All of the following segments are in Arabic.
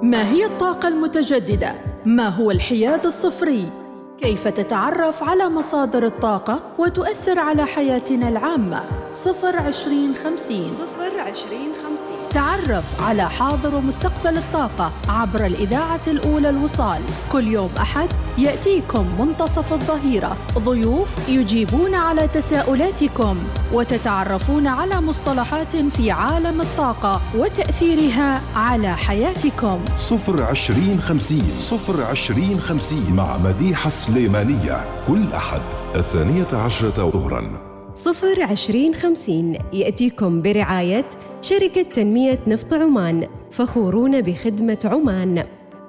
ما هي الطاقة المتجددة؟ ما هو الحياد الصفري؟ كيف تتعرف على مصادر الطاقة وتؤثر على حياتنا العامة؟ 02050 تعرف على حاضر ومستقبل الطاقة عبر الإذاعة الأولى الوصال. كل يوم أحد يأتيكم منتصف الظهيرة ضيوف يجيبون على تساؤلاتكم وتتعرفون على مصطلحات في عالم الطاقة وتأثيرها على حياتكم. 02050 مع مديحة سليمانية كل أحد 12 ظهراً. 02050 يأتيكم برعاية شركة تنمية نفط عمان، فخورون بخدمة عمان.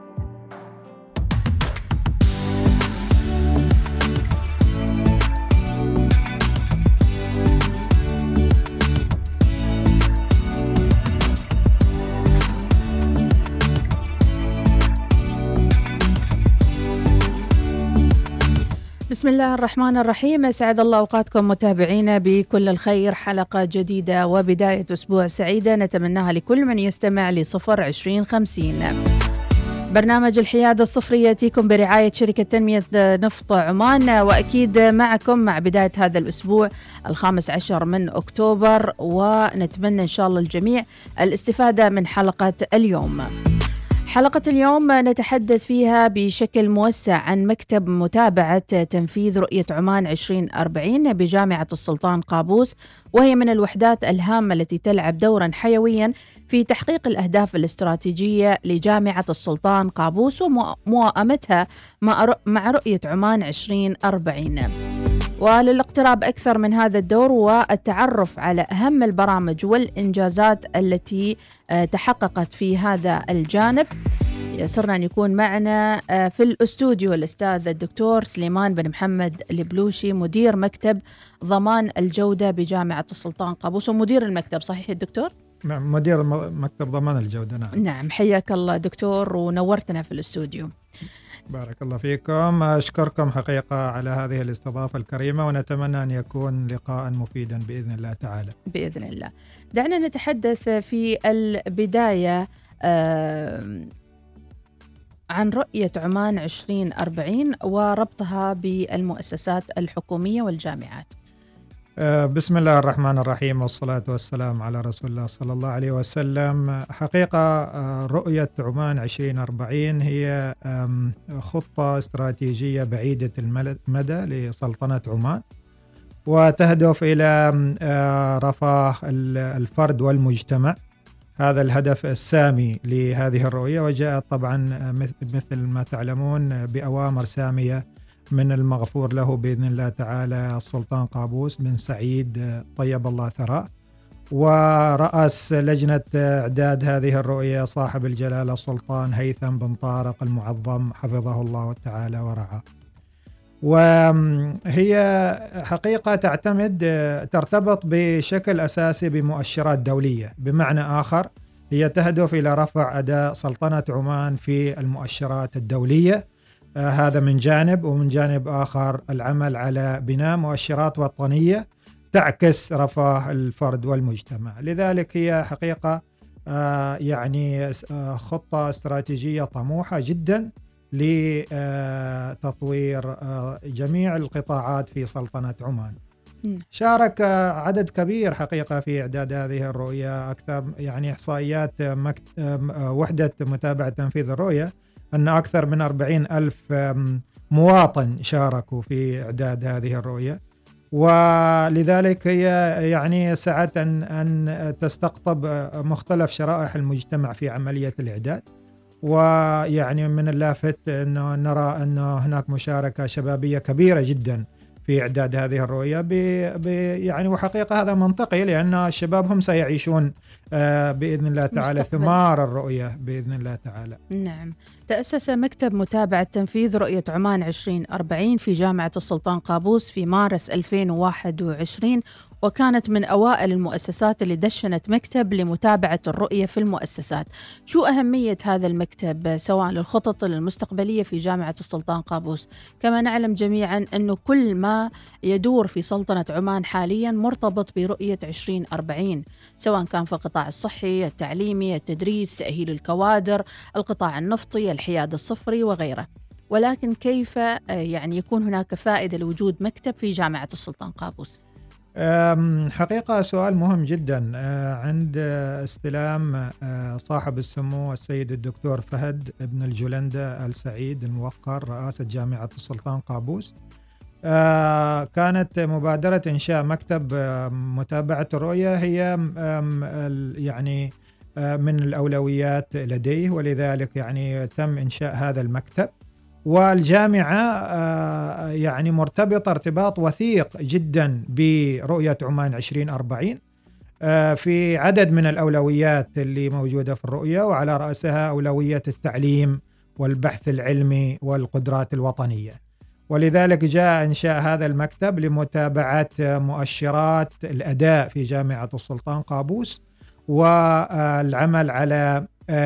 بسم الله الرحمن الرحيم. أسعد الله أوقاتكم متابعينا بكل الخير. حلقة جديدة وبداية أسبوع سعيدة نتمناها لكل من يستمع ل02050. برنامج الحياد الصفري يأتيكم برعاية شركة تنمية نفط عمان، وأكيد معكم مع بداية هذا الأسبوع 15 من أكتوبر، ونتمنى إن شاء الله الجميع الاستفادة من حلقة اليوم. حلقة اليوم نتحدث فيها بشكل موسع عن مكتب متابعة تنفيذ رؤية عمان 2040 بجامعة السلطان قابوس، وهي من الوحدات الهامة التي تلعب دورا حيويا في تحقيق الأهداف الاستراتيجية لجامعة السلطان قابوس وموائمتها مع رؤية عمان 2040. وللاقتراب أكثر من هذا الدور والتعرف على أهم البرامج والإنجازات التي تحققت في هذا الجانب، يسرنا أن يكون معنا في الأستوديو الأستاذ الدكتور سليمان بن محمد البلوشي، مدير مكتب ضمان الجودة بجامعة السلطان قابوس، ومدير المكتب. صحيح الدكتور؟ نعم، مدير مكتب ضمان الجودة. نعم، حياك الله دكتور ونورتنا في الأستوديو. بارك الله فيكم. أشكركم حقيقة على هذه الاستضافة الكريمة، ونتمنى أن يكون لقاء مفيدا بإذن الله تعالى. بإذن الله. دعنا نتحدث في البداية عن رؤية عمان 2040 وربطها بالمؤسسات الحكومية والجامعات. بسم الله الرحمن الرحيم، والصلاة والسلام على رسول الله صلى الله عليه وسلم. حقيقة رؤية عمان 2040 هي خطة استراتيجية بعيدة المدى لسلطنة عمان، وتهدف إلى رفاه الفرد والمجتمع. هذا الهدف السامي لهذه الرؤية، وجاءت طبعا مثل ما تعلمون بأوامر سامية من المغفور له بإذن الله تعالى السلطان قابوس بن سعيد طيب الله ثراه، ورأس لجنة إعداد هذه الرؤية صاحب الجلالة السلطان هيثم بن طارق المعظم حفظه الله تعالى ورعاه. وهي حقيقة ترتبط بشكل أساسي بمؤشرات دولية، بمعنى آخر هي تهدف إلى رفع أداء سلطنة عمان في المؤشرات الدولية. هذا من جانب، ومن جانب آخر العمل على بناء مؤشرات وطنية تعكس رفاه الفرد والمجتمع. لذلك هي حقيقة يعني خطة استراتيجية طموحة جدا لتطوير جميع القطاعات في سلطنة عمان. شارك عدد كبير حقيقة في إعداد هذه الرؤية. أكثر يعني إحصائيات وحدة متابعة تنفيذ الرؤية أن أكثر من 40,000 مواطن شاركوا في إعداد هذه الرؤية، ولذلك هي يعني سعت أن تستقطب مختلف شرائح المجتمع في عملية الإعداد. ويعني من اللافت أنه نرى أن هناك مشاركة شبابية كبيرة جدا في إعداد هذه الرؤية يعني وحقيقة هذا منطقي، لأن الشباب هم سيعيشون بإذن الله تعالى مستقبل ثمار الرؤية بإذن الله تعالى. نعم. تأسس مكتب متابعة تنفيذ رؤية عمان 2040 في جامعة السلطان قابوس في مارس 2021، وكانت من أوائل المؤسسات اللي دشنت مكتب لمتابعة الرؤية في المؤسسات. شو أهمية هذا المكتب سواء للخطط المستقبلية في جامعة السلطان قابوس؟ كما نعلم جميعا أنه كل ما يدور في سلطنة عمان حاليا مرتبط برؤية 2040، سواء كان في القطاع الصحي، التعليمي، التدريس، تأهيل الكوادر، القطاع النفطي، الحياد الصفري وغيره. ولكن كيف يعني يكون هناك فائدة لوجود مكتب في جامعة السلطان قابوس؟ حقيقة سؤال مهم جدا. عند استلام صاحب السمو السيد الدكتور فهد بن الجلندة آل سعيد الموقر رئاسة جامعة السلطان قابوس، كانت مبادرة إنشاء مكتب متابعة الرؤية هي يعني من الأولويات لديه، ولذلك يعني تم إنشاء هذا المكتب. والجامعة يعني مرتبطة ارتباط وثيق جدا برؤية عمان 2040 في عدد من الأولويات اللي موجودة في الرؤية، وعلى رأسها أولوية التعليم والبحث العلمي والقدرات الوطنية. ولذلك جاء إنشاء هذا المكتب لمتابعة مؤشرات الأداء في جامعة السلطان قابوس، والعمل على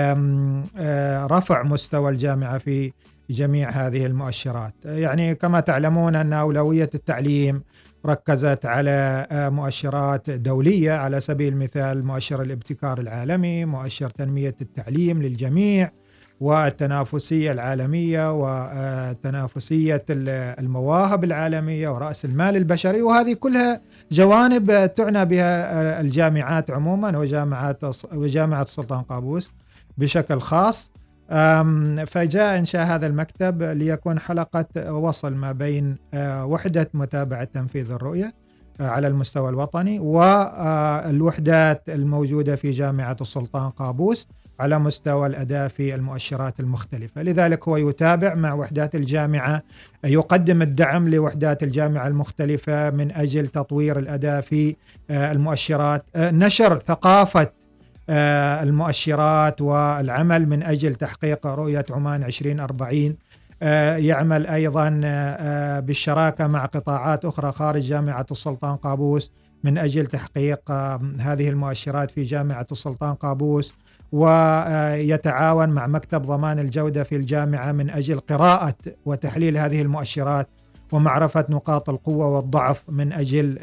رفع مستوى الجامعة في جميع هذه المؤشرات. يعني كما تعلمون أن أولوية التعليم ركزت على مؤشرات دولية، على سبيل المثال مؤشر الابتكار العالمي، مؤشر تنمية التعليم للجميع، والتنافسية العالمية، وتنافسية المواهب العالمية، ورأس المال البشري. وهذه كلها جوانب تعنى بها الجامعات عموما وجامعة السلطان قابوس بشكل خاص. فجاء إنشاء هذا المكتب ليكون حلقة وصل ما بين وحدة متابعة تنفيذ الرؤية على المستوى الوطني والوحدات الموجودة في جامعة السلطان قابوس على مستوى الأداء في المؤشرات المختلفة. لذلك هو يتابع مع وحدات الجامعة، يقدم الدعم لوحدات الجامعة المختلفة من أجل تطوير الأداء في المؤشرات، نشر ثقافة المؤشرات والعمل من أجل تحقيق رؤية عمان 2040. يعمل أيضا بالشراكة مع قطاعات أخرى خارج جامعة السلطان قابوس من أجل تحقيق هذه المؤشرات في جامعة السلطان قابوس، ويتعاون مع مكتب ضمان الجودة في الجامعة من أجل قراءة وتحليل هذه المؤشرات ومعرفة نقاط القوة والضعف من أجل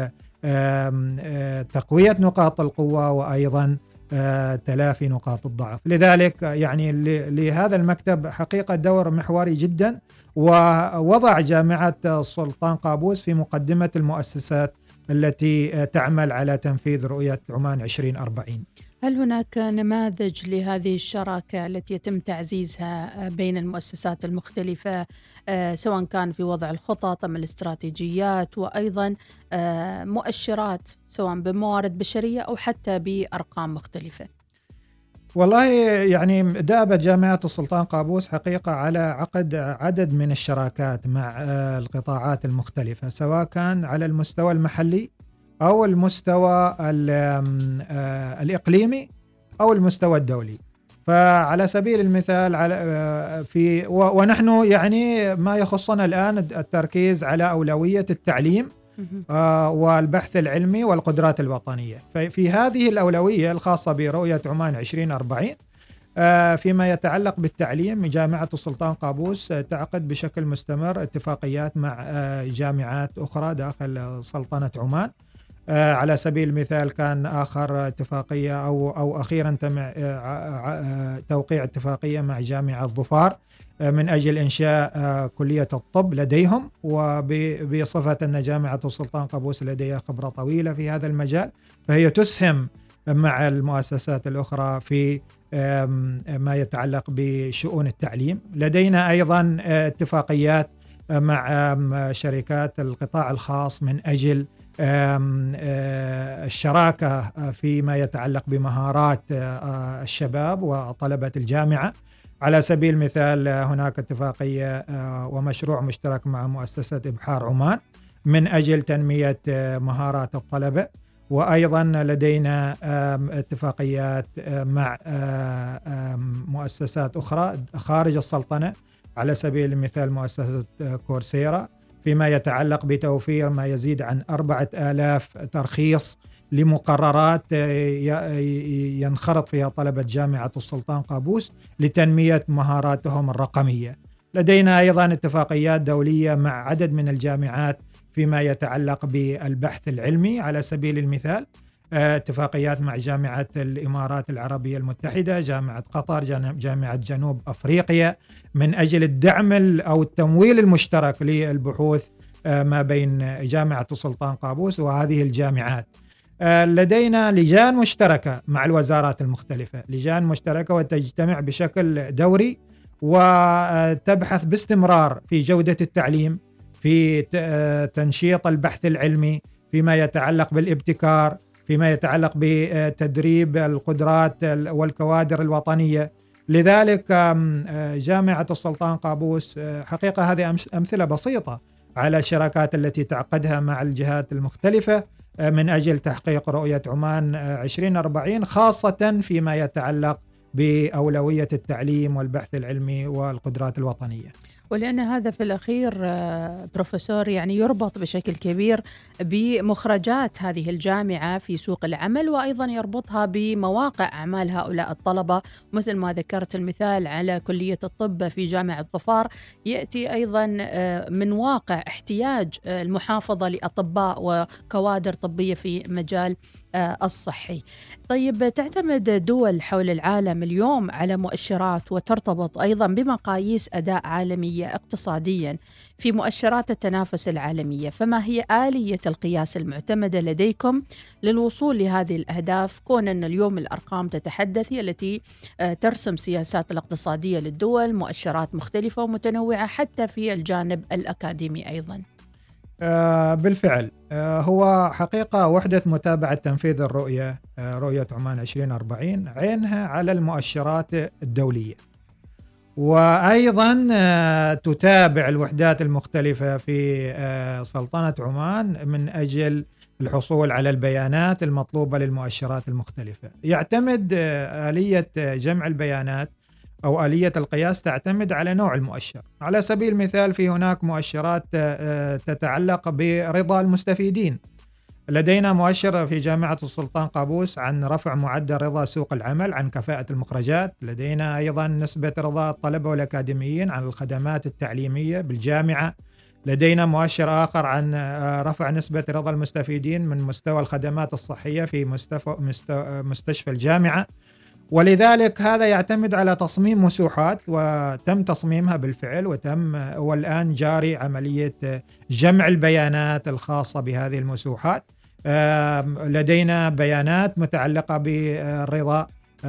تقوية نقاط القوة وأيضا تلافي نقاط الضعف. لذلك يعني لهذا المكتب حقيقة دور محوري جدا، ووضع جامعة السلطان قابوس في مقدمة المؤسسات التي تعمل على تنفيذ رؤية عمان 2040. هل هناك نماذج لهذه الشراكة التي يتم تعزيزها بين المؤسسات المختلفة سواء كان في وضع الخطط أم الاستراتيجيات، وأيضا مؤشرات سواء بموارد بشرية أو حتى بأرقام مختلفة؟ والله يعني دأبت جامعة السلطان قابوس حقيقة على عقد عدد من الشراكات مع القطاعات المختلفة، سواء كان على المستوى المحلي أو المستوى الإقليمي أو المستوى الدولي. فعلى سبيل المثال ونحن يعني ما يخصنا الآن التركيز على أولوية التعليم والبحث العلمي والقدرات الوطنية. ففي هذه الأولوية الخاصة برؤية عمان 2040 فيما يتعلق بالتعليم، جامعة السلطان قابوس تعقد بشكل مستمر اتفاقيات مع جامعات أخرى داخل سلطنة عمان. على سبيل المثال كان آخر اتفاقية أو أخيرا تم توقيع اتفاقية مع جامعة ظفار من أجل إنشاء كلية الطب لديهم، وبصفة أن جامعة السلطان قابوس لديها خبرة طويلة في هذا المجال، فهي تسهم مع المؤسسات الأخرى في ما يتعلق بشؤون التعليم. لدينا أيضا اتفاقيات مع شركات القطاع الخاص من أجل الشراكة فيما يتعلق بمهارات الشباب وطلبة الجامعة. على سبيل المثال هناك اتفاقية ومشروع مشترك مع مؤسسة إبحار عمان من أجل تنمية مهارات الطلبة، وأيضا لدينا اتفاقيات مع مؤسسات أخرى خارج السلطنة، على سبيل المثال مؤسسة كورسيرا فيما يتعلق بتوفير ما يزيد عن 4000 ترخيص لمقررات ينخرط فيها طلبة جامعة السلطان قابوس لتنمية مهاراتهم الرقمية. لدينا أيضا اتفاقيات دولية مع عدد من الجامعات فيما يتعلق بالبحث العلمي. على سبيل المثال اتفاقيات مع جامعة الإمارات العربية المتحدة، جامعة قطر، جامعة جنوب أفريقيا، من أجل الدعم أو التمويل المشترك للبحوث ما بين جامعة السلطان قابوس وهذه الجامعات. لدينا لجان مشتركة مع الوزارات المختلفة، لجان مشتركة وتجتمع بشكل دوري وتبحث باستمرار في جودة التعليم، في تنشيط البحث العلمي، فيما يتعلق بالابتكار، فيما يتعلق بتدريب القدرات والكوادر الوطنية. لذلك جامعة السلطان قابوس حقيقة هذه أمثلة بسيطة على الشراكات التي تعقدها مع الجهات المختلفة من أجل تحقيق رؤية عمان 2040، خاصة فيما يتعلق بأولوية التعليم والبحث العلمي والقدرات الوطنية. ولأن هذا في الأخير بروفيسور يعني يربط بشكل كبير بمخرجات هذه الجامعة في سوق العمل، وأيضا يربطها بمواقع أعمال هؤلاء الطلبة، مثل ما ذكرت المثال على كلية الطب في جامعة ظفار، يأتي أيضا من واقع احتياج المحافظة لأطباء وكوادر طبية في مجال الصحي. طيب، تعتمد دول حول العالم اليوم على مؤشرات وترتبط أيضا بمقاييس أداء عالمية اقتصاديا في مؤشرات التنافس العالمية، فما هي آلية القياس المعتمدة لديكم للوصول لهذه الأهداف، كون أن اليوم الأرقام تتحدث هي التي ترسم سياسات الاقتصادية للدول، مؤشرات مختلفة ومتنوعة حتى في الجانب الأكاديمي أيضا؟ بالفعل هو حقيقة وحدة متابعة تنفيذ الرؤية رؤية عمان 2040 عينها على المؤشرات الدولية، وأيضا تتابع الوحدات المختلفة في سلطنة عمان من أجل الحصول على البيانات المطلوبة للمؤشرات المختلفة. يعتمد آلية جمع البيانات أو آلية القياس تعتمد على نوع المؤشر. على سبيل المثال في هناك مؤشرات تتعلق برضا المستفيدين. لدينا مؤشر في جامعة السلطان قابوس عن رفع معدل رضا سوق العمل عن كفاءة المخرجات. لدينا أيضا نسبة رضا الطلبة والأكاديميين عن الخدمات التعليمية بالجامعة. لدينا مؤشر آخر عن رفع نسبة رضا المستفيدين من مستوى الخدمات الصحية في مستشفى الجامعة. ولذلك هذا يعتمد على تصميم مسوحات، وتم تصميمها بالفعل، والآن جاري عملية جمع البيانات الخاصة بهذه المسوحات. لدينا بيانات متعلقة بالرضا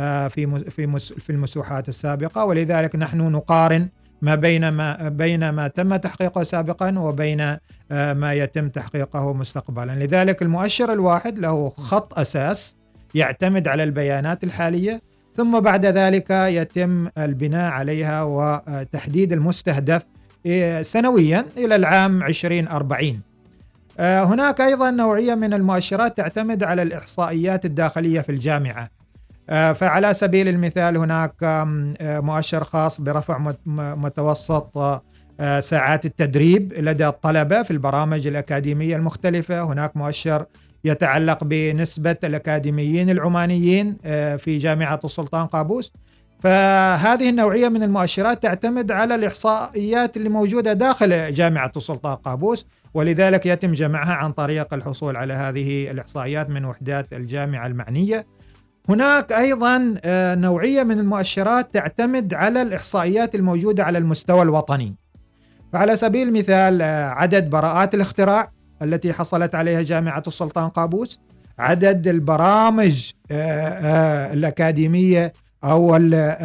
في المسوحات السابقة، ولذلك نحن نقارن ما بين ما تم تحقيقه سابقا وبين ما يتم تحقيقه مستقبلا. لذلك المؤشر الواحد له خط أساس يعتمد على البيانات الحالية، ثم بعد ذلك يتم البناء عليها وتحديد المستهدف سنويا إلى العام 2040. هناك أيضا نوعية من المؤشرات تعتمد على الإحصائيات الداخلية في الجامعة. فعلى سبيل المثال هناك مؤشر خاص برفع متوسط ساعات التدريب لدى الطلبة في البرامج الأكاديمية المختلفة. هناك مؤشر يتعلق بنسبة الأكاديميين العمانيين في جامعة السلطان قابوس. فهذه النوعية من المؤشرات تعتمد على الإحصائيات اللي موجودة داخل جامعة السلطان قابوس، ولذلك يتم جمعها عن طريق الحصول على هذه الإحصائيات من وحدات الجامعة المعنية. هناك أيضا نوعية من المؤشرات تعتمد على الإحصائيات الموجودة على المستوى الوطني. فعلى سبيل المثال عدد براءات الاختراع التي حصلت عليها جامعة السلطان قابوس، عدد البرامج الأكاديمية أو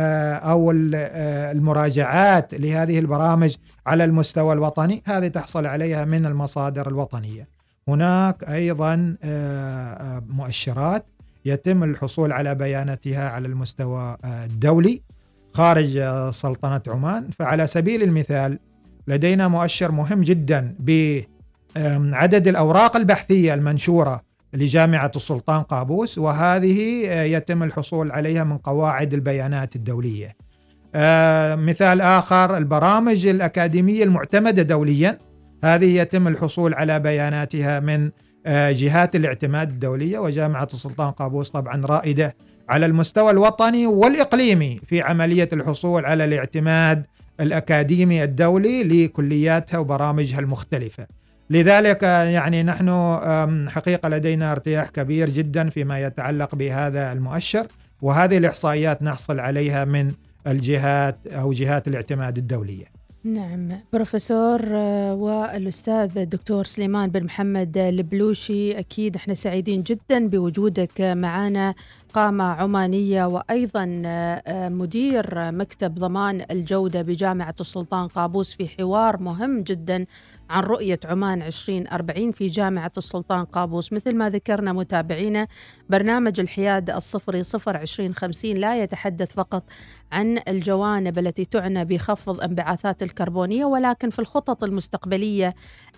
المراجعات لهذه البرامج على المستوى الوطني، هذه تحصل عليها من المصادر الوطنية. هناك أيضا مؤشرات يتم الحصول على بياناتها على المستوى الدولي خارج سلطنة عمان. فعلى سبيل المثال لدينا مؤشر مهم جدا بعدد الأوراق البحثية المنشورة لجامعة السلطان قابوس، وهذه يتم الحصول عليها من قواعد البيانات الدولية. مثال آخر البرامج الأكاديمية المعتمدة دوليا، هذه يتم الحصول على بياناتها من جهات الاعتماد الدولية، وجامعة السلطان قابوس طبعا رائدة على المستوى الوطني والإقليمي في عملية الحصول على الاعتماد الأكاديمي الدولي لكلياتها وبرامجها المختلفة. لذلك يعني نحن حقيقة لدينا ارتياح كبير جدا فيما يتعلق بهذا المؤشر، وهذه الإحصائيات نحصل عليها من الجهات أو جهات الاعتماد الدولية. نعم بروفيسور والأستاذ الدكتور سليمان بن محمد البلوشي، أكيد احنا سعيدين جدا بوجودك معنا، قامة عمانية وأيضا مدير مكتب ضمان الجودة بجامعة السلطان قابوس، في حوار مهم جدا عن رؤية عمان 2040 في جامعة السلطان قابوس. مثل ما ذكرنا متابعينا، برنامج الحياد الصفري 2050 لا يتحدث فقط عن الجوانب التي تعنى بخفض انبعاثات الكربونية، ولكن في الخطط المستقبلية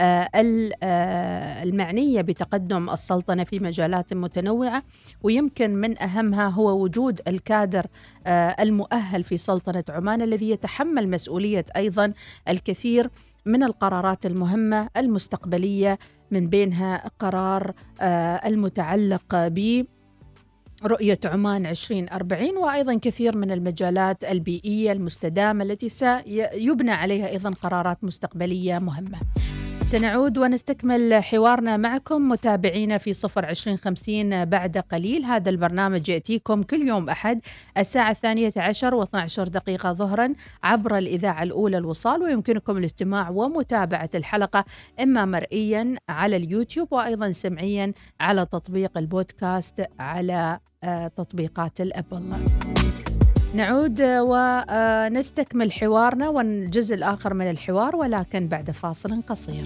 المعنية بتقدم السلطنة في مجالات متنوعة، ويمكن من أهمها هو وجود الكادر المؤهل في سلطنة عمان الذي يتحمل مسؤولية أيضا الكثير من القرارات المهمة المستقبلية، من بينها قرار المتعلق برؤية عمان 2040، وأيضا كثير من المجالات البيئية المستدامة التي سيبنى عليها أيضا قرارات مستقبلية مهمة. سنعود ونستكمل حوارنا معكم متابعينا في 2050 بعد قليل. هذا البرنامج يأتيكم كل يوم أحد الساعة 12:12 ظهرا عبر الإذاعة الأولى الوصال، ويمكنكم الاستماع ومتابعة الحلقة إما مرئيا على اليوتيوب وأيضا سمعيا على تطبيق البودكاست على تطبيقات الأبل. نعود ونستكمل حوارنا والجزء الآخر من الحوار، ولكن بعد فاصل قصير.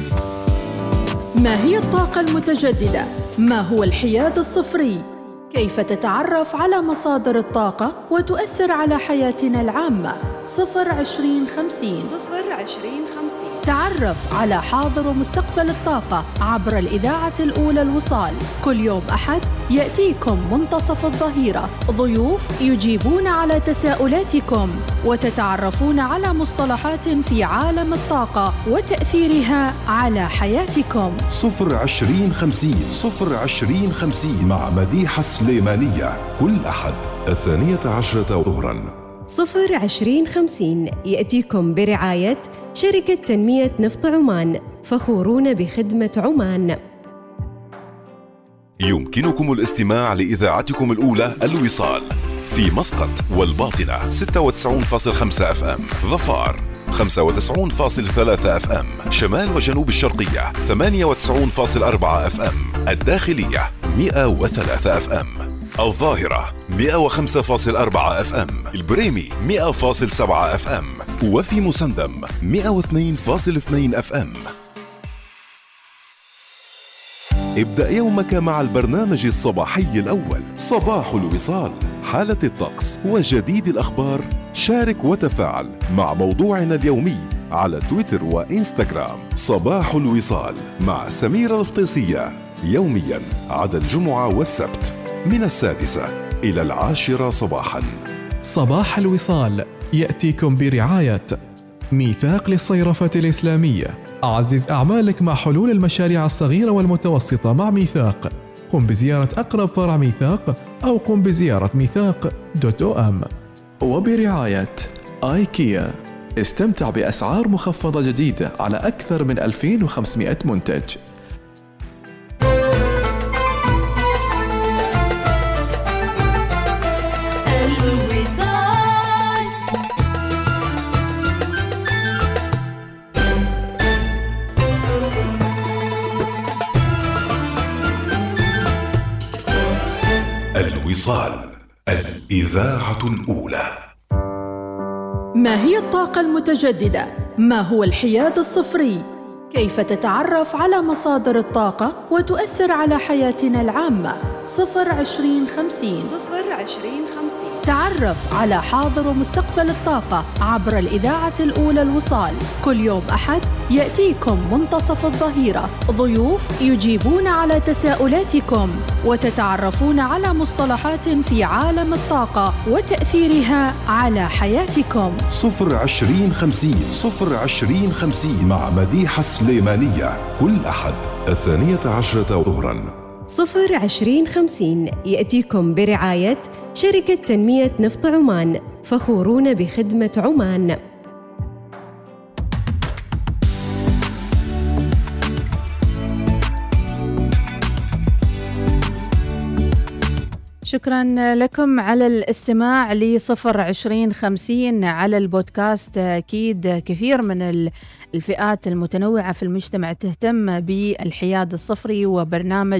ما هي الطاقة المتجددة؟ ما هو الحياد الصفري؟ كيف تتعرف على مصادر الطاقة وتؤثر على حياتنا العامة؟ 2050 تعرف على حاضر ومستقبل الطاقة عبر الإذاعة الأولى الوصال. كل يوم أحد يأتيكم منتصف الظهيرة ضيوف يجيبون على تساؤلاتكم وتتعرفون على مصطلحات في عالم الطاقة وتأثيرها على حياتكم. 2050 مع مديحة سليمانية كل أحد 12 ظهرا. 2050 يأتيكم برعاية شركة تنمية نفط عمان، فخورون بخدمة عمان. يمكنكم الاستماع لإذاعتكم الأولى الوصال في مسقط والباطنة 96.5 FM، ظفار 95.3 FM، شمال وجنوب الشرقية 98.4 FM، الداخلية 103 FM، الظاهرة 105.4 FM، البريمي 100.7 FM، وفي مسندم 102.2 FM. ابدأ يومك مع البرنامج الصباحي الأول، صباح الوصال، حالة الطقس وجديد الأخبار. شارك وتفاعل مع موضوعنا اليومي على تويتر وإنستغرام. صباح الوصال مع سميرة الفطيسية، يوميا عدا الجمعة والسبت من 6 إلى 10 صباحا. صباح الوصال يأتيكم برعاية ميثاق للصيرفة الإسلامية. أعزز أعمالك مع حلول المشاريع الصغيرة والمتوسطة مع ميثاق. قم بزيارة أقرب فرع ميثاق أو قم بزيارة ميثاق.om. وبرعاية آيكيا، استمتع بأسعار مخفضة جديدة على أكثر من 2500 منتج. الوصال، الإذاعة الأولى. ما هي الطاقة المتجددة؟ ما هو الحياد الصفري؟ كيف تتعرف على مصادر الطاقة وتؤثر على حياتنا العامة؟ 02050. تعرف على حاضر ومستقبل الطاقة عبر الإذاعة الأولى الوصال. كل يوم أحد يأتيكم منتصف الظهيرة ضيوف يجيبون على تساؤلاتكم وتتعرفون على مصطلحات في عالم الطاقة وتأثيرها على حياتكم. 02050 مع مديحة سليمانية كل أحد 12 ظهراً. 02050 يأتيكم برعاية شركة تنمية نفط عمان، فخورون بخدمة عمان. شكرا لكم على الاستماع ل02050 على البودكاست. أكيد كثير من الفئات المتنوعة في المجتمع تهتم بالحياد الصفري وبرنامج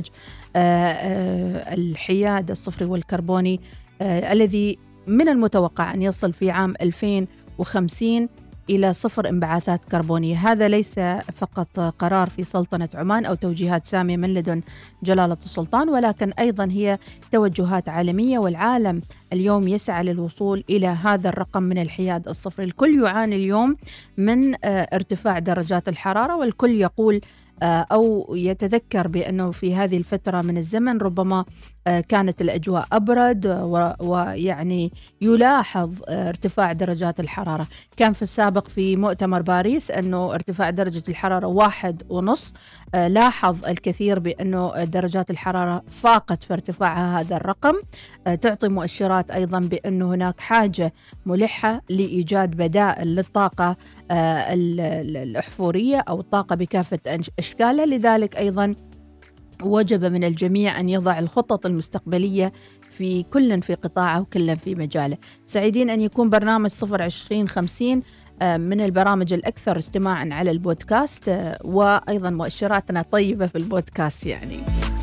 الحياد الصفري والكربوني الذي من المتوقع أن يصل في عام 2050 إلى 0 انبعاثات كربونية. هذا ليس فقط قرار في سلطنة عمان أو توجيهات سامية من لدن جلالة السلطان، ولكن أيضا هي توجهات عالمية، والعالم اليوم يسعى للوصول إلى هذا الرقم من الحياد الصفري. الكل يعاني اليوم من ارتفاع درجات الحرارة، والكل يقول أو يتذكر بأنه في هذه الفترة من الزمن ربما كانت الأجواء أبرد، ويعني يلاحظ ارتفاع درجات الحرارة. كان في السابق في مؤتمر باريس أنه ارتفاع درجة الحرارة 1.5. لاحظ الكثير بأنه درجات الحرارة فاقت في ارتفاعها هذا الرقم. تعطي مؤشرات أيضا بأنه هناك حاجة ملحة لإيجاد بدائل للطاقة الأحفورية أو الطاقة بكافة أشكالها. لذلك أيضا وجب من الجميع أن يضع الخطط المستقبلية في كل في قطاعه وكل في مجاله. سعيدين أن يكون برنامج 02050 من البرامج الأكثر استماعا على البودكاست، وأيضا مؤشراتنا طيبة في البودكاست. يعني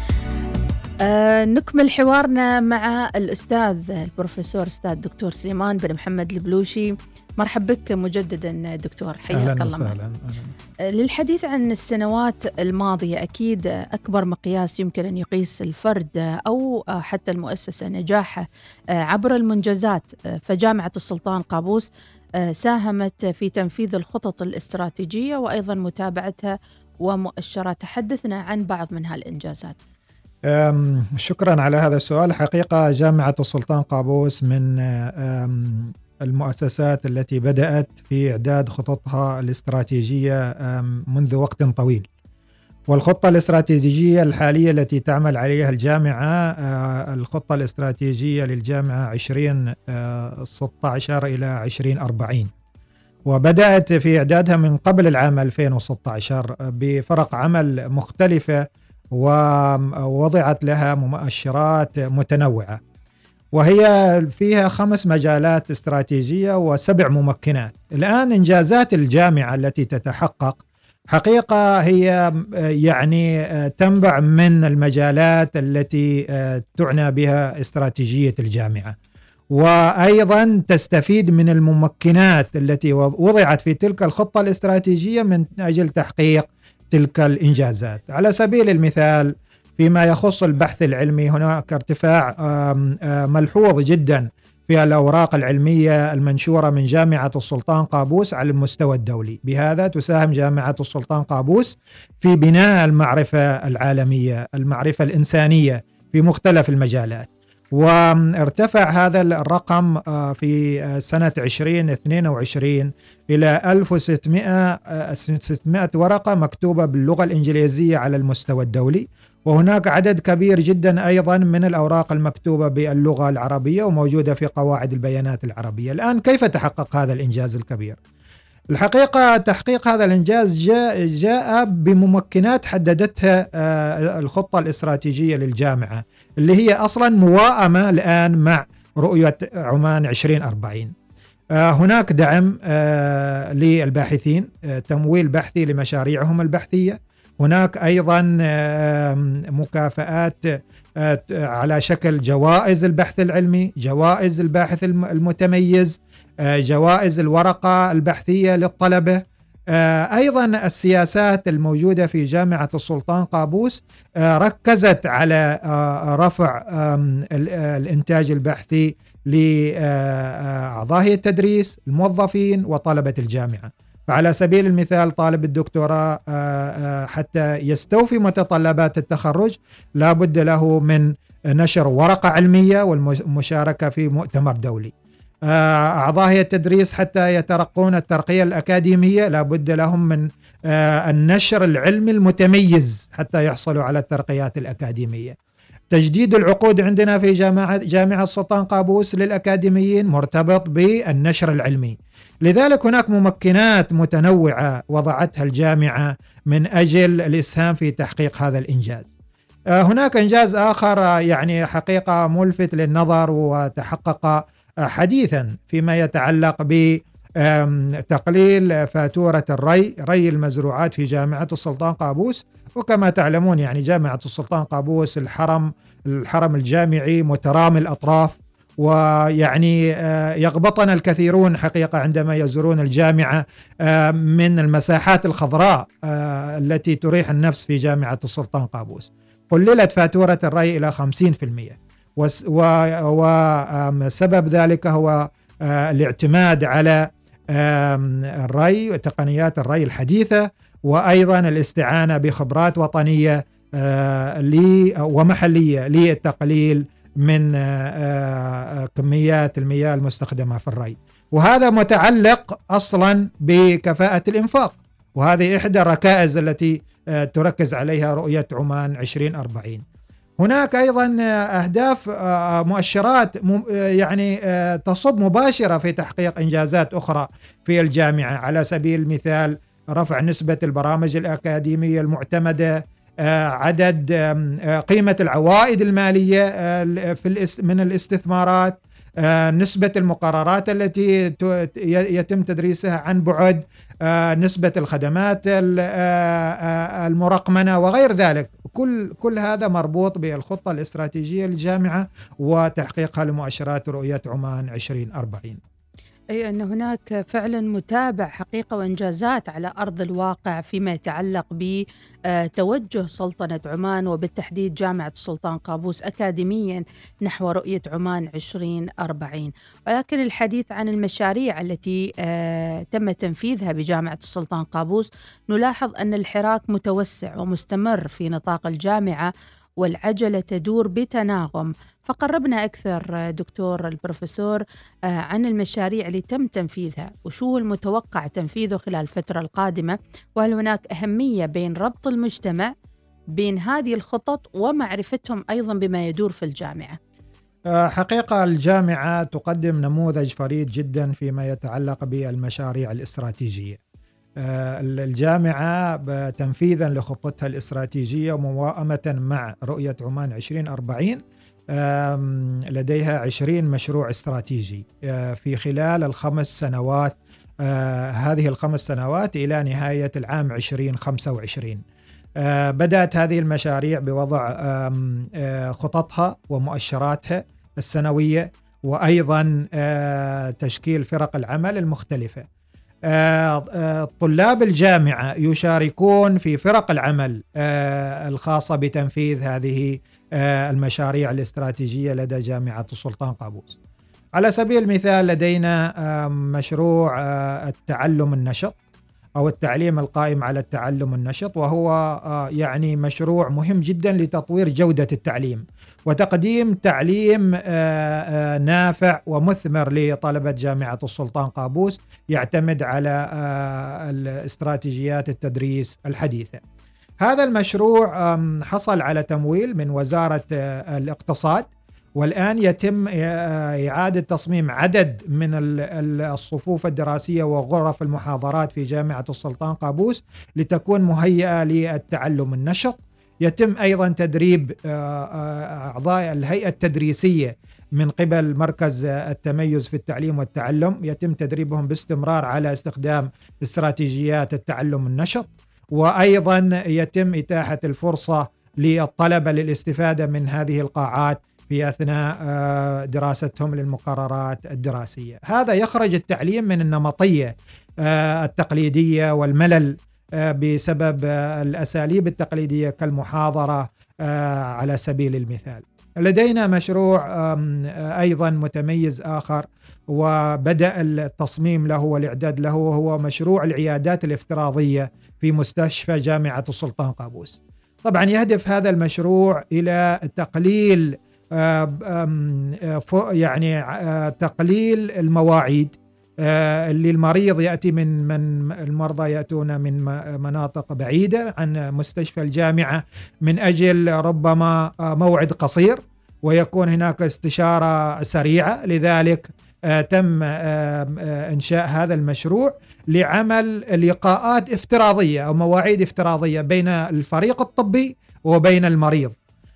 نكمل حوارنا مع الأستاذ البروفيسور أستاذ دكتور سليمان بن محمد البلوشي. مرحبا بك مجددا دكتور، حياك الله معنا. للحديث عن السنوات الماضية، أكيد أكبر مقياس يمكن أن يقيس الفرد أو حتى المؤسسة نجاحه عبر المنجزات، فجامعة السلطان قابوس ساهمت في تنفيذ الخطط الاستراتيجية وأيضا متابعتها ومؤشرات. تحدثنا عن بعض من هالإنجازات. شكرا على هذا السؤال. حقيقة جامعة السلطان قابوس من المؤسسات التي بدأت في إعداد خططها الاستراتيجية منذ وقت طويل، والخطة الاستراتيجية الحالية التي تعمل عليها الجامعة الخطة الاستراتيجية للجامعة 2016 إلى 2040، وبدأت في إعدادها من قبل العام 2016 بفرق عمل مختلفة، ووضعت لها مؤشرات متنوعة، وهي فيها 5 مجالات استراتيجية و7 ممكنات. الآن إنجازات الجامعة التي تتحقق حقيقة هي يعني تنبع من المجالات التي تعنى بها استراتيجية الجامعة، وأيضا تستفيد من الممكنات التي وضعت في تلك الخطة الاستراتيجية من أجل تحقيق تلك الإنجازات. على سبيل المثال فيما يخص البحث العلمي، هناك ارتفاع ملحوظ جدا في الأوراق العلمية المنشورة من جامعة السلطان قابوس على المستوى الدولي. بهذا تساهم جامعة السلطان قابوس في بناء المعرفة العالمية، المعرفة الإنسانية في مختلف المجالات، وارتفع هذا الرقم في سنة 2022 إلى 1600 ورقة مكتوبة باللغة الإنجليزية على المستوى الدولي، وهناك عدد كبير جدا أيضا من الأوراق المكتوبة باللغة العربية وموجودة في قواعد البيانات العربية. الآن كيف تحقق هذا الإنجاز الكبير؟ الحقيقة تحقيق هذا الإنجاز جاء بممكنات حددتها الخطة الاستراتيجية للجامعة، اللي هي أصلا موائمة الآن مع رؤية عمان 2040. هناك دعم للباحثين، تمويل بحثي لمشاريعهم البحثية. هناك أيضا مكافآت على شكل جوائز البحث العلمي، جوائز الباحث المتميز، جوائز الورقة البحثية للطلبة، أيضا السياسات الموجودة في جامعة السلطان قابوس ركزت على رفع الإنتاج البحثي لأعضاء التدريس، الموظفين وطلبة الجامعة. فعلى سبيل المثال طالب الدكتوراه حتى يستوفي متطلبات التخرج لا بد له من نشر ورقة علمية والمشاركة في مؤتمر دولي. أعضاء التدريس حتى يترقون الترقية الأكاديمية لا بد لهم من النشر العلمي المتميز حتى يحصلوا على الترقيات الأكاديمية. تجديد العقود عندنا في جامعة السلطان قابوس للأكاديميين مرتبط بالنشر العلمي. لذلك هناك ممكنات متنوعة وضعتها الجامعة من أجل الإسهام في تحقيق هذا الإنجاز. هناك إنجاز آخر يعني حقيقة ملفت للنظر وتحقق حديثا فيما يتعلق بتقليل فاتورة ري المزروعات في جامعة السلطان قابوس. وكما تعلمون يعني جامعة السلطان قابوس الحرم الجامعي مترامي الأطراف، ويعني يغبطنا الكثيرون حقيقة عندما يزورون الجامعة من المساحات الخضراء التي تريح النفس في جامعة السلطان قابوس. قللت فاتورة الري إلى 50%، وسبب ذلك هو الاعتماد على الري وتقنيات الري الحديثة، وأيضا الاستعانة بخبرات وطنية ومحلية للتقليل من كميات المياه المستخدمة في الري. وهذا متعلق أصلا بكفاءة الإنفاق، وهذه إحدى الركائز التي تركز عليها رؤية عمان 2040. هناك أيضا أهداف مؤشرات يعني تصب مباشرة في تحقيق إنجازات أخرى في الجامعة. على سبيل المثال رفع نسبة البرامج الأكاديمية المعتمدة، عدد قيمة العوائد المالية من الاستثمارات، نسبة المقررات التي يتم تدريسها عن بعد، نسبة الخدمات المرقمنة وغير ذلك. كل هذا مربوط بالخطة الاستراتيجية للجامعة وتحقيقها لمؤشرات رؤية عمان 2040. أي أن هناك فعلا متابع حقيقة وإنجازات على أرض الواقع فيما يتعلق بتوجه سلطنة عمان وبالتحديد جامعة السلطان قابوس أكاديميا نحو رؤية عمان 2040. ولكن الحديث عن المشاريع التي تم تنفيذها بجامعة السلطان قابوس نلاحظ أن الحراك متوسع ومستمر في نطاق الجامعة والعجلة تدور بتناغم. فقربنا أكثر دكتور البروفيسور عن المشاريع اللي تم تنفيذها، وشو المتوقع تنفيذه خلال الفترة القادمة، وهل هناك أهمية بين ربط المجتمع بين هذه الخطط ومعرفتهم أيضا بما يدور في الجامعة؟ حقيقة الجامعة تقدم نموذج فريد جدا فيما يتعلق بالمشاريع الاستراتيجية. الجامعة تنفيذا لخطتها الاستراتيجية وموائمة مع رؤية عمان 2040 لديها 20 مشروع استراتيجي في خلال ال5 سنوات، هذه ال5 سنوات إلى نهاية العام 2025. بدأت هذه المشاريع بوضع خططها ومؤشراتها السنوية، وأيضا تشكيل فرق العمل المختلفة. طلاب الجامعة يشاركون في فرق العمل الخاصة بتنفيذ هذه المشاريع الاستراتيجية لدى جامعة السلطان قابوس. على سبيل المثال لدينا مشروع التعلم النشط أو التعليم القائم على التعلم النشط، وهو يعني مشروع مهم جدا لتطوير جودة التعليم وتقديم تعليم نافع ومثمر لطلبة جامعة السلطان قابوس يعتمد على الاستراتيجيات التدريس الحديثة. هذا المشروع حصل على تمويل من وزارة الاقتصاد، والآن يتم إعادة تصميم عدد من الصفوف الدراسية وغرف المحاضرات في جامعة السلطان قابوس لتكون مهيئة للتعلم النشط. يتم أيضا تدريب أعضاء الهيئة التدريسية من قبل مركز التميز في التعليم والتعلم، يتم تدريبهم باستمرار على استخدام استراتيجيات التعلم النشط، وأيضا يتم إتاحة الفرصة للطلبة للاستفادة من هذه القاعات في أثناء دراستهم للمقررات الدراسية. هذا يخرج التعليم من النمطية التقليدية والملل بسبب الأساليب التقليدية كالمحاضرة على سبيل المثال. لدينا مشروع أيضا متميز آخر وبدأ التصميم له والإعداد له، هو مشروع العيادات الافتراضية في مستشفى جامعة السلطان قابوس. طبعا يهدف هذا المشروع إلى تقليل تقليل المواعيد اللي المريض يأتي من المرضى يأتون من مناطق بعيدة عن مستشفى الجامعة من أجل ربما موعد قصير، ويكون هناك استشارة سريعة. لذلك تم إنشاء هذا المشروع لعمل لقاءات افتراضية أو مواعيد افتراضية بين الفريق الطبي وبين المريض.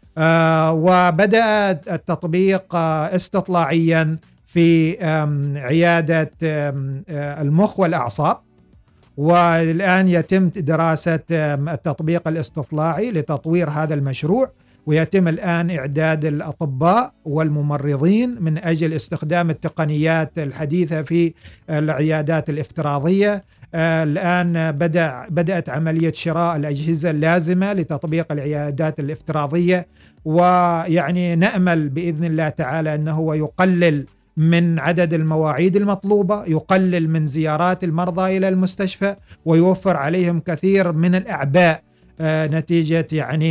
وبدأ التطبيق استطلاعيا في عيادة المخ والأعصاب، والآن يتم دراسة التطبيق الاستطلاعي لتطوير هذا المشروع، ويتم الآن إعداد الأطباء والممرضين من أجل استخدام التقنيات الحديثة في العيادات الافتراضية. الآن بدأت عملية شراء الأجهزة اللازمة لتطبيق العيادات الافتراضية، ويعني نأمل بإذن الله تعالى أنه يقلل من عدد المواعيد المطلوبة، يقلل من زيارات المرضى إلى المستشفى، ويوفر عليهم كثير من الأعباء نتيجة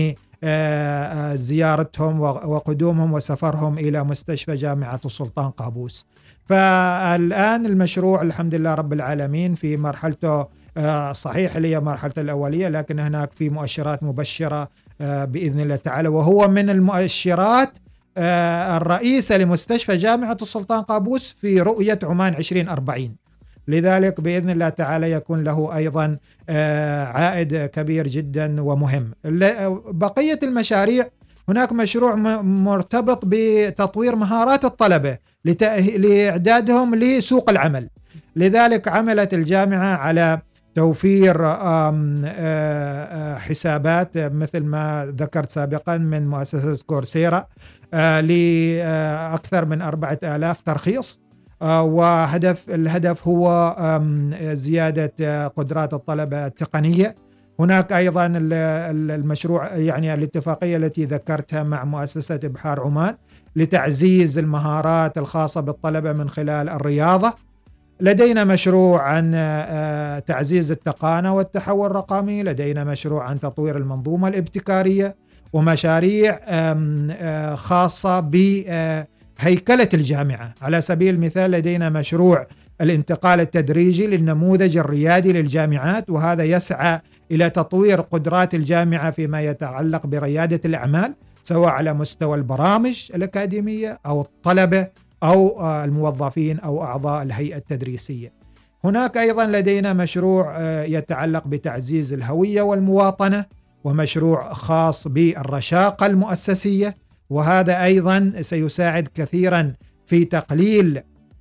زيارتهم وقدومهم وسفرهم إلى مستشفى جامعة السلطان قابوس. فالآن المشروع الحمد لله رب العالمين في مرحلته صحيح اللي هي مرحلة الأولية، لكن هناك في مؤشرات مبشرة بإذن الله تعالى، وهو من المؤشرات الرئيسة لمستشفى جامعة السلطان قابوس في رؤية عمان 2040. لذلك بإذن الله تعالى يكون له أيضا عائد كبير جدا ومهم. بقية المشاريع، هناك مشروع مرتبط بتطوير مهارات الطلبة لإعدادهم لسوق العمل. لذلك عملت الجامعة على توفير حسابات مثل ما ذكرت سابقا من مؤسسة كورسيرا لأكثر من 4000 ترخيص، الهدف هو زيادة قدرات الطلبة التقنية. هناك أيضا المشروع الاتفاقية التي ذكرتها مع مؤسسة إبحار عمان لتعزيز المهارات الخاصة بالطلبة من خلال الرياضة. لدينا مشروع عن تعزيز التقانة والتحول الرقمي، لدينا مشروع عن تطوير المنظومة الابتكارية، ومشاريع خاصة بهيكلة الجامعة. على سبيل المثال لدينا مشروع الانتقال التدريجي للنموذج الريادي للجامعات، وهذا يسعى إلى تطوير قدرات الجامعة فيما يتعلق بريادة الأعمال، سواء على مستوى البرامج الأكاديمية أو الطلبة أو الموظفين أو أعضاء الهيئة التدريسية. هناك أيضا لدينا مشروع يتعلق بتعزيز الهوية والمواطنة، ومشروع خاص بالرشاقة المؤسسية، وهذا أيضا سيساعد كثيرا في تقليل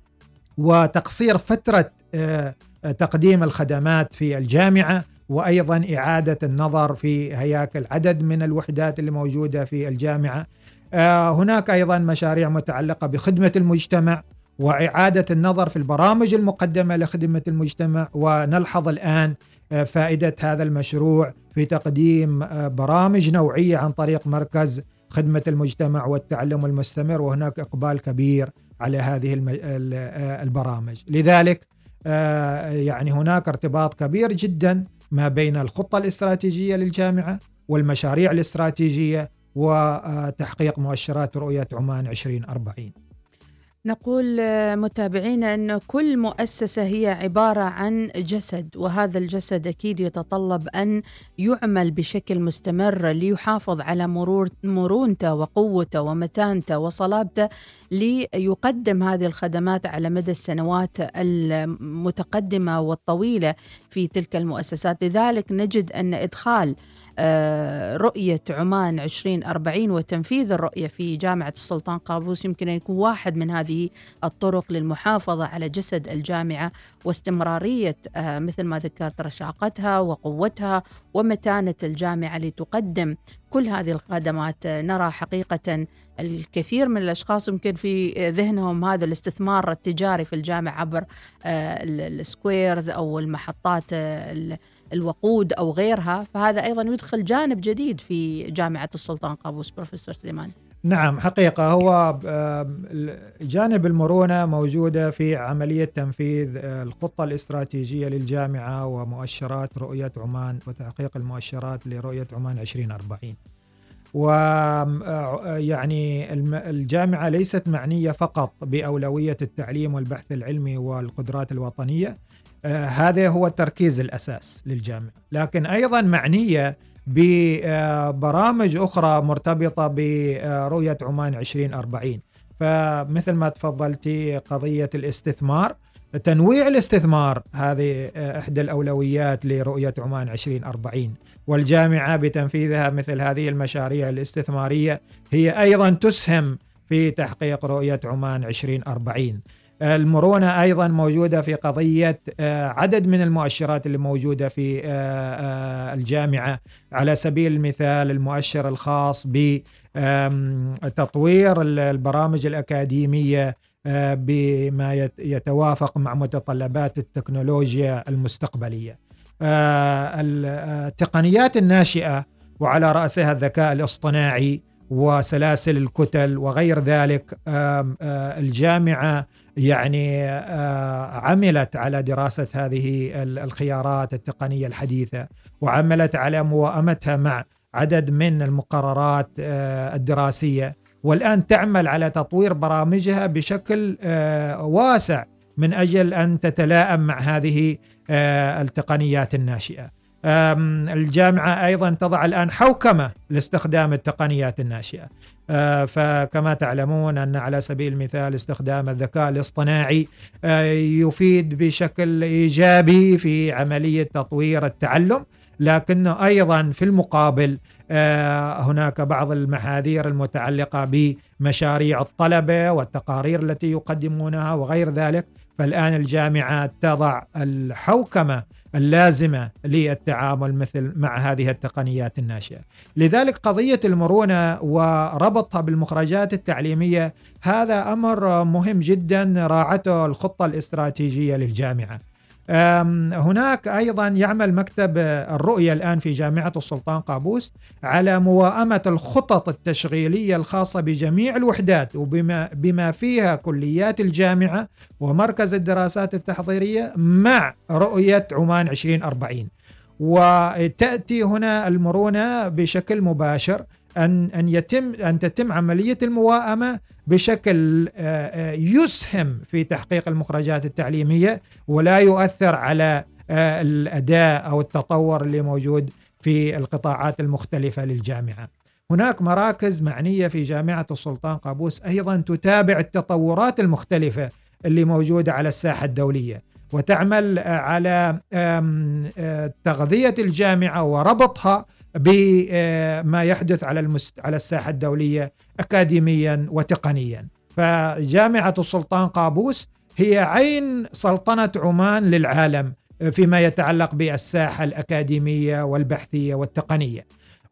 وتقصير فترة تقديم الخدمات في الجامعة، وأيضا إعادة النظر في هياكل عدد من الوحدات اللي موجودة في الجامعة. هناك أيضا مشاريع متعلقة بخدمة المجتمع وإعادة النظر في البرامج المقدمة لخدمة المجتمع، ونلحظ الآن فائدة هذا المشروع في تقديم برامج نوعية عن طريق مركز خدمة المجتمع والتعلم المستمر، وهناك إقبال كبير على هذه البرامج. لذلك هناك ارتباط كبير جدا ما بين الخطة الاستراتيجية للجامعة والمشاريع الاستراتيجية وتحقيق مؤشرات رؤية عمان 2040. نقول متابعينا أن كل مؤسسة هي عبارة عن جسد، وهذا الجسد أكيد يتطلب أن يعمل بشكل مستمر ليحافظ على مرونته وقوته ومتانته وصلابته ليقدم هذه الخدمات على مدى السنوات المتقدمة والطويلة في تلك المؤسسات. لذلك نجد أن إدخال رؤية عمان 2040 وتنفيذ الرؤية في جامعة السلطان قابوس يمكن أن يكون واحد من هذه الطرق للمحافظة على جسد الجامعة واستمرارية مثل ما ذكرت رشاقتها وقوتها ومتانة الجامعة لتقدم كل هذه الخدمات. نرى حقيقة الكثير من الأشخاص يمكن في ذهنهم هذا الاستثمار التجاري في الجامعة عبر السكويرز أو المحطات الوقود أو غيرها، فهذا أيضا يدخل جانب جديد في جامعة السلطان قابوس. بروفيسور سليمان. نعم، حقيقة هو جانب المرونة موجودة في عملية تنفيذ الخطة الاستراتيجية للجامعة ومؤشرات رؤية عمان وتحقيق المؤشرات لرؤية عمان 2040. ويعني الجامعة ليست معنية فقط بأولوية التعليم والبحث العلمي والقدرات الوطنية، هذا هو التركيز الأساس للجامعة، لكن أيضا معنية ببرامج أخرى مرتبطة برؤية عمان 2040. فمثل ما تفضلتي قضية الاستثمار، تنويع الاستثمار هذه إحدى الأولويات لرؤية عمان 2040، والجامعة بتنفيذها مثل هذه المشاريع الاستثمارية هي أيضا تسهم في تحقيق رؤية عمان 2040. المرونة أيضا موجودة في قضية عدد من المؤشرات اللي موجودة في الجامعة، على سبيل المثال المؤشر الخاص بتطوير البرامج الأكاديمية بما يتوافق مع متطلبات التكنولوجيا المستقبلية، التقنيات الناشئة وعلى رأسها الذكاء الاصطناعي وسلاسل الكتل وغير ذلك. الجامعة يعني عملت على دراسة هذه الخيارات التقنية الحديثة، وعملت على موائمتها مع عدد من المقررات الدراسية، والآن تعمل على تطوير برامجها بشكل واسع من أجل أن تتلائم مع هذه التقنيات الناشئة. الجامعة أيضا تضع الآن حوكمة لاستخدام التقنيات الناشئة، فكما تعلمون أن على سبيل المثال استخدام الذكاء الاصطناعي يفيد بشكل إيجابي في عملية تطوير التعلم، لكنه أيضا في المقابل هناك بعض المحاذير المتعلقة بمشاريع الطلبة والتقارير التي يقدمونها وغير ذلك. فالآن الجامعة تضع الحوكمة اللازمة للتعامل مثل مع هذه التقنيات الناشئة. لذلك قضية المرونة وربطها بالمخرجات التعليمية هذا أمر مهم جدا راعته الخطة الاستراتيجية للجامعة. هناك أيضا يعمل مكتب الرؤية الآن في جامعة السلطان قابوس على موائمة الخطط التشغيلية الخاصة بجميع الوحدات وبما فيها كليات الجامعة ومركز الدراسات التحضيرية مع رؤية عمان 2040. وتأتي هنا المرونة بشكل مباشر أن تتم عملية الموائمة بشكل يسهم في تحقيق المخرجات التعليمية ولا يؤثر على الأداء أو التطور اللي موجود في القطاعات المختلفة للجامعة. هناك مراكز معنية في جامعة السلطان قابوس أيضا تتابع التطورات المختلفة اللي موجودة على الساحة الدولية، وتعمل على تغذية الجامعة وربطها بما يحدث على الساحة الدولية أكاديميا وتقنيا. فجامعة السلطان قابوس هي عين سلطنة عمان للعالم فيما يتعلق بالساحة الأكاديمية والبحثية والتقنية.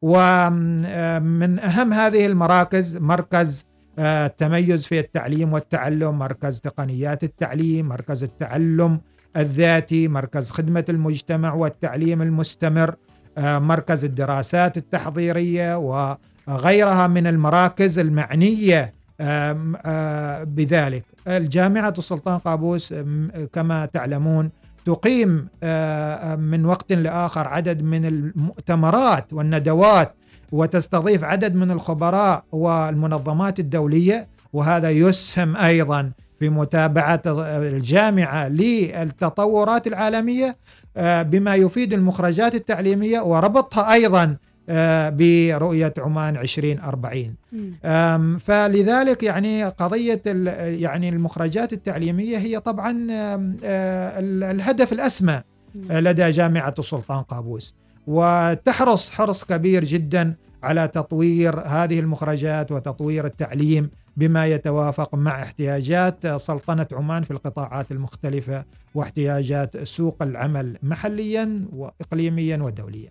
ومن أهم هذه المراكز مركز التميز في التعليم والتعلم، مركز تقنيات التعليم، مركز التعلم الذاتي، مركز خدمة المجتمع والتعليم المستمر، مركز الدراسات التحضيرية وغيرها من المراكز المعنية بذلك. الجامعة السلطان قابوس كما تعلمون تقيم من وقت لآخر عدد من المؤتمرات والندوات، وتستضيف عدد من الخبراء والمنظمات الدولية، وهذا يسهم أيضا في متابعة الجامعة للتطورات العالمية بما يفيد المخرجات التعليمية وربطها أيضا برؤية عمان 2040. فلذلك يعني قضية يعني المخرجات التعليمية هي طبعا الهدف الأسمى لدى جامعة السلطان قابوس، وتحرص حرص كبير جدا على تطوير هذه المخرجات وتطوير التعليم بما يتوافق مع احتياجات سلطنة عمان في القطاعات المختلفة واحتياجات سوق العمل محليا وإقليميا ودوليا.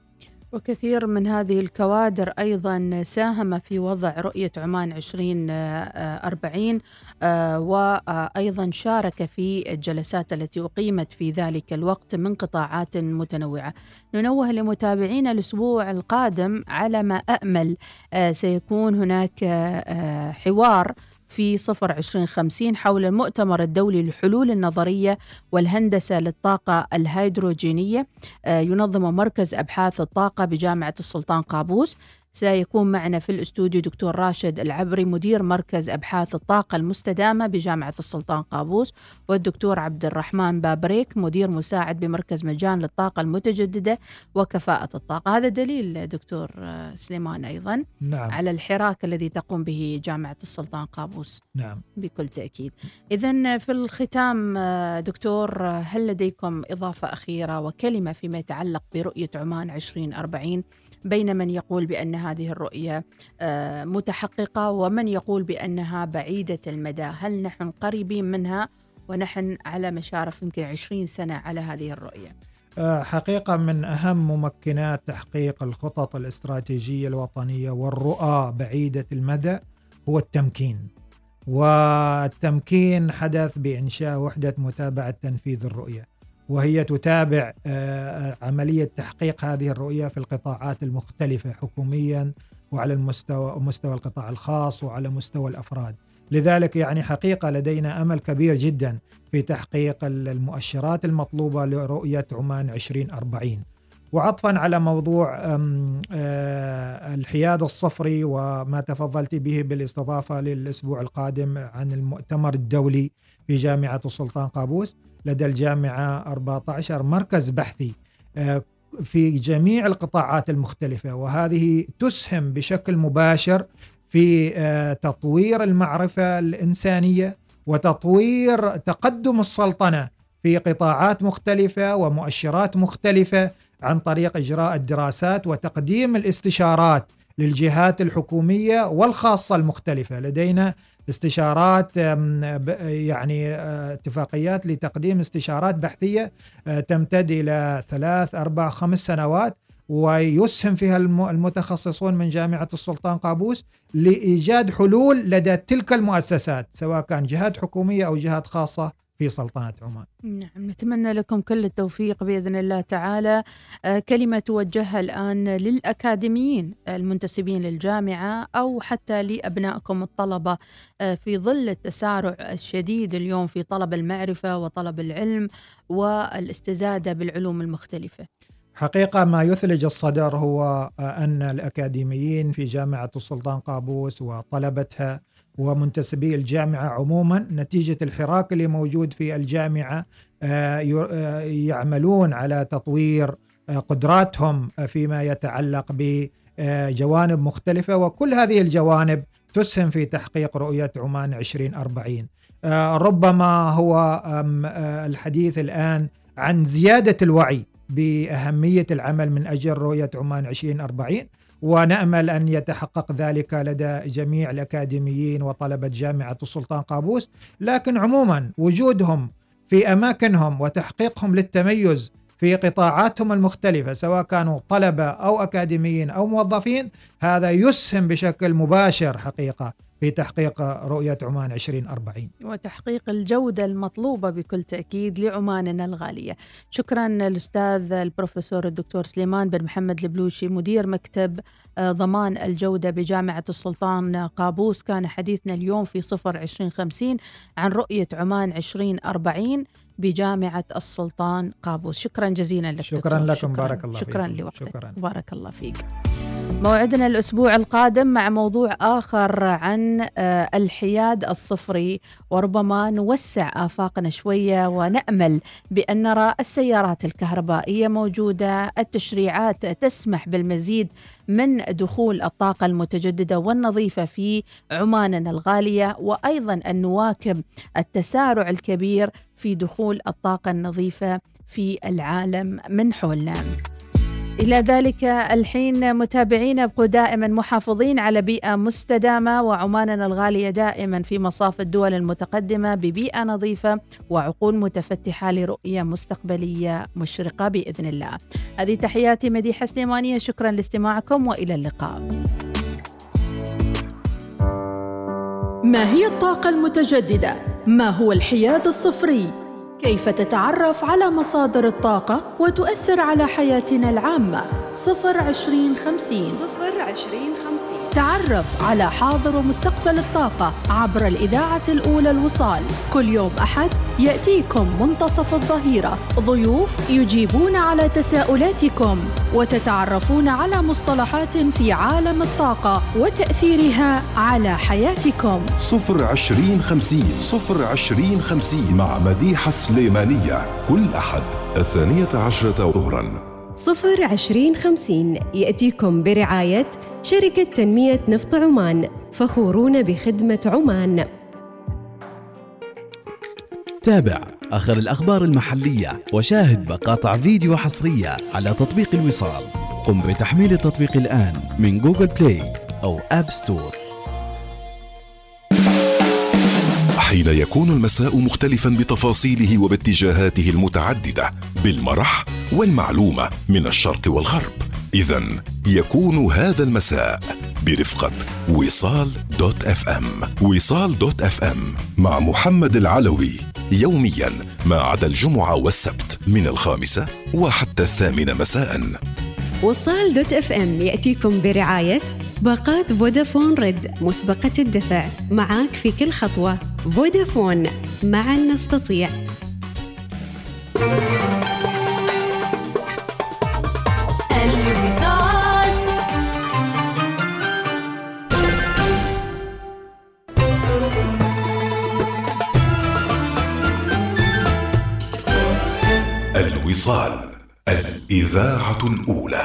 وكثير من هذه الكوادر أيضا ساهم في وضع رؤية عمان 2040 وأيضا شارك في الجلسات التي أقيمت في ذلك الوقت من قطاعات متنوعة. ننوه لمتابعينا الأسبوع القادم على ما أأمل سيكون هناك حوار في 2050 حول المؤتمر الدولي للحلول النظرية والهندسة للطاقة الهيدروجينية، ينظم مركز أبحاث الطاقة بجامعة السلطان قابوس. سيكون معنا في الاستوديو دكتور راشد العبري مدير مركز أبحاث الطاقة المستدامة بجامعة السلطان قابوس، والدكتور عبد الرحمن بابريك مدير مساعد بمركز مجان للطاقة المتجددة وكفاءة الطاقة. هذا دليل دكتور سليمان أيضا نعم. على الحراك الذي تقوم به جامعة السلطان قابوس. نعم بكل تأكيد. إذن في الختام دكتور، هل لديكم إضافة أخيرة وكلمة فيما يتعلق برؤية عمان 2040 بين من يقول بأن هذه الرؤية متحققة ومن يقول بأنها بعيدة المدى؟ هل نحن قريبين منها ونحن على مشارف يمكن 20 سنة على هذه الرؤية؟ حقيقة من أهم ممكنات تحقيق الخطط الاستراتيجية الوطنية والرؤى بعيدة المدى هو التمكين، والتمكين حدث بإنشاء وحدة متابعة تنفيذ الرؤية، وهي تتابع عملية تحقيق هذه الرؤية في القطاعات المختلفة حكوميا وعلى مستوى القطاع الخاص وعلى مستوى الأفراد. لذلك يعني حقيقة لدينا أمل كبير جدا في تحقيق المؤشرات المطلوبة لرؤية عمان 2040. وعطفا على موضوع الحياد الصفري وما تفضلت به بالاستضافة للأسبوع القادم عن المؤتمر الدولي في جامعة السلطان قابوس، لدى الجامعة 14 مركز بحثي في جميع القطاعات المختلفة، وهذه تسهم بشكل مباشر في تطوير المعرفة الإنسانية وتطوير تقدم السلطنة في قطاعات مختلفة ومؤشرات مختلفة عن طريق إجراء الدراسات وتقديم الاستشارات للجهات الحكومية والخاصة المختلفة. لدينا استشارات يعني اتفاقيات لتقديم استشارات بحثية تمتد إلى 3 4 5 سنوات، ويسهم فيها المتخصصون من جامعة السلطان قابوس لإيجاد حلول لدى تلك المؤسسات سواء كان جهات حكومية أو جهات خاصة في سلطنة عمان. نعم، نتمنى لكم كل التوفيق بإذن الله تعالى. كلمة توجهها الآن للأكاديميين المنتسبين للجامعة أو حتى لأبنائكم الطلبة في ظل التسارع الشديد اليوم في طلب المعرفة وطلب العلم والاستزادة بالعلوم المختلفة. حقيقة ما يثلج الصدر هو أن الأكاديميين في جامعة السلطان قابوس وطلبتها ومنتسبي الجامعة عموما نتيجة الحراك اللي موجود في الجامعة يعملون على تطوير قدراتهم فيما يتعلق بجوانب مختلفة، وكل هذه الجوانب تسهم في تحقيق رؤية عمان 2040. ربما هو الحديث الآن عن زيادة الوعي بأهمية العمل من أجل رؤية عمان 2040، ونأمل أن يتحقق ذلك لدى جميع الأكاديميين وطلبة جامعة السلطان قابوس. لكن عموما وجودهم في أماكنهم وتحقيقهم للتميز في قطاعاتهم المختلفة سواء كانوا طلبة أو أكاديميين أو موظفين، هذا يسهم بشكل مباشر حقيقة في تحقيق رؤية عمان 2040 وتحقيق الجودة المطلوبة بكل تأكيد لعماننا الغالية. شكرا للأستاذ البروفيسور الدكتور سليمان بن محمد البلوشي مدير مكتب ضمان الجودة بجامعة السلطان قابوس. كان حديثنا اليوم في 2050 عن رؤية عمان 2040 بجامعة السلطان قابوس. شكرا جزيلا لك. شكرا لكم، بارك الله شكرا فيكم. لوقتك. شكرا. بارك الله فيك. موعدنا الأسبوع القادم مع موضوع آخر عن الحياد الصفري، وربما نوسع آفاقنا شوية ونأمل بأن نرى السيارات الكهربائية موجودة، التشريعات تسمح بالمزيد من دخول الطاقة المتجددة والنظيفة في عماننا الغالية، وأيضا أن نواكب التسارع الكبير في دخول الطاقة النظيفة في العالم من حولنا. إلى ذلك الحين متابعينا ابقوا دائما محافظين على بيئة مستدامة، وعماننا الغالية دائما في مصاف الدول المتقدمة ببيئة نظيفة وعقول متفتحة لرؤية مستقبلية مشرقة بإذن الله. هذه تحياتي مديحة سليمانية، شكرا لاستماعكم وإلى اللقاء. ما هي الطاقة المتجددة؟ ما هو الحياد الصفري؟ كيف تتعرف على مصادر الطاقة وتؤثر على حياتنا العامة؟ 02050 تعرف على حاضر ومستقبل الطاقة عبر الإذاعة الأولى الوصال. كل يوم أحد يأتيكم منتصف الظهيرة ضيوف يجيبون على تساؤلاتكم وتتعرفون على مصطلحات في عالم الطاقة وتأثيرها على حياتكم. 02050 مع مديحة سليمانية كل أحد 12 ظهراً. 02050 يأتيكم برعاية شركة تنمية نفط عمان، فخورون بخدمة عمان. تابع آخر الأخبار المحلية وشاهد مقاطع فيديو حصرية على تطبيق الوصال. قم بتحميل التطبيق الآن من جوجل بلاي أو آب ستور. حين يكون المساء مختلفاً بتفاصيله وباتجاهاته المتعددة بالمرح والمعلومة من الشرق والغرب، إذن يكون هذا المساء برفقة وصال.fm. وصال.fm مع محمد العلوي يومياً ما عدا الجمعة والسبت من 5 وحتى 8 مساءً. وصال.fm يأتيكم برعاية باقات فودافون ريد مسبقة الدفع، معاك في كل خطوة. فودافون، معا نستطيع. الوصال، الإذاعة الأولى.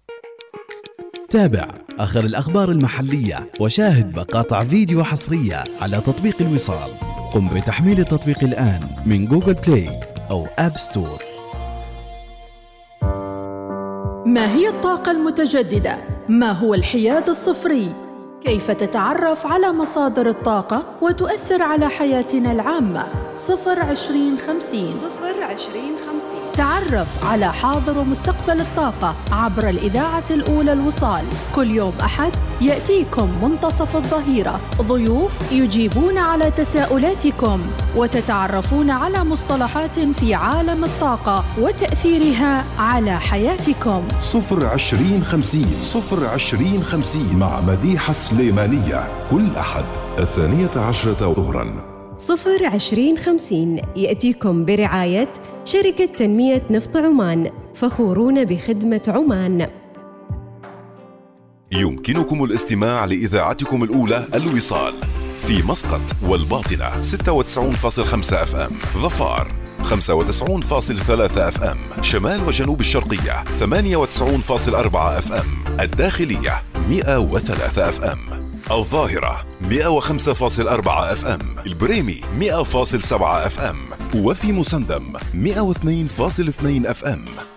تابع آخر الأخبار المحلية وشاهد مقاطع فيديو حصرية على تطبيق الوصال. قم بتحميل التطبيق الآن من جوجل بلاي أو آب ستور. ما هي الطاقة المتجددة؟ ما هو الحياد الصفري؟ كيف تتعرف على مصادر الطاقة وتؤثر على حياتنا العامة؟ 02050 تعرف على حاضر ومستقبل الطاقة عبر الإذاعة الأولى الوصال. كل يوم أحد يأتيكم منتصف الظهيرة ضيوف يجيبون على تساؤلاتكم وتتعرفون على مصطلحات في عالم الطاقة وتأثيرها على حياتكم. 02050 مع مديحة سليمانية كل أحد 12 ظهراً. 02050 يأتيكم برعاية شركة تنمية نفط عمان، فخورون بخدمة عمان. يمكنكم الاستماع لإذاعتكم الأولى الوصال في مسقط والباطنة 96.5 FM، ظفار 95.3 FM، شمال وجنوب الشرقية 98.4 FM، الداخلية 103 FM، الظاهرة 105.4 FM، البريمي 100.7 FM، وفي مسندم 102.2 FM.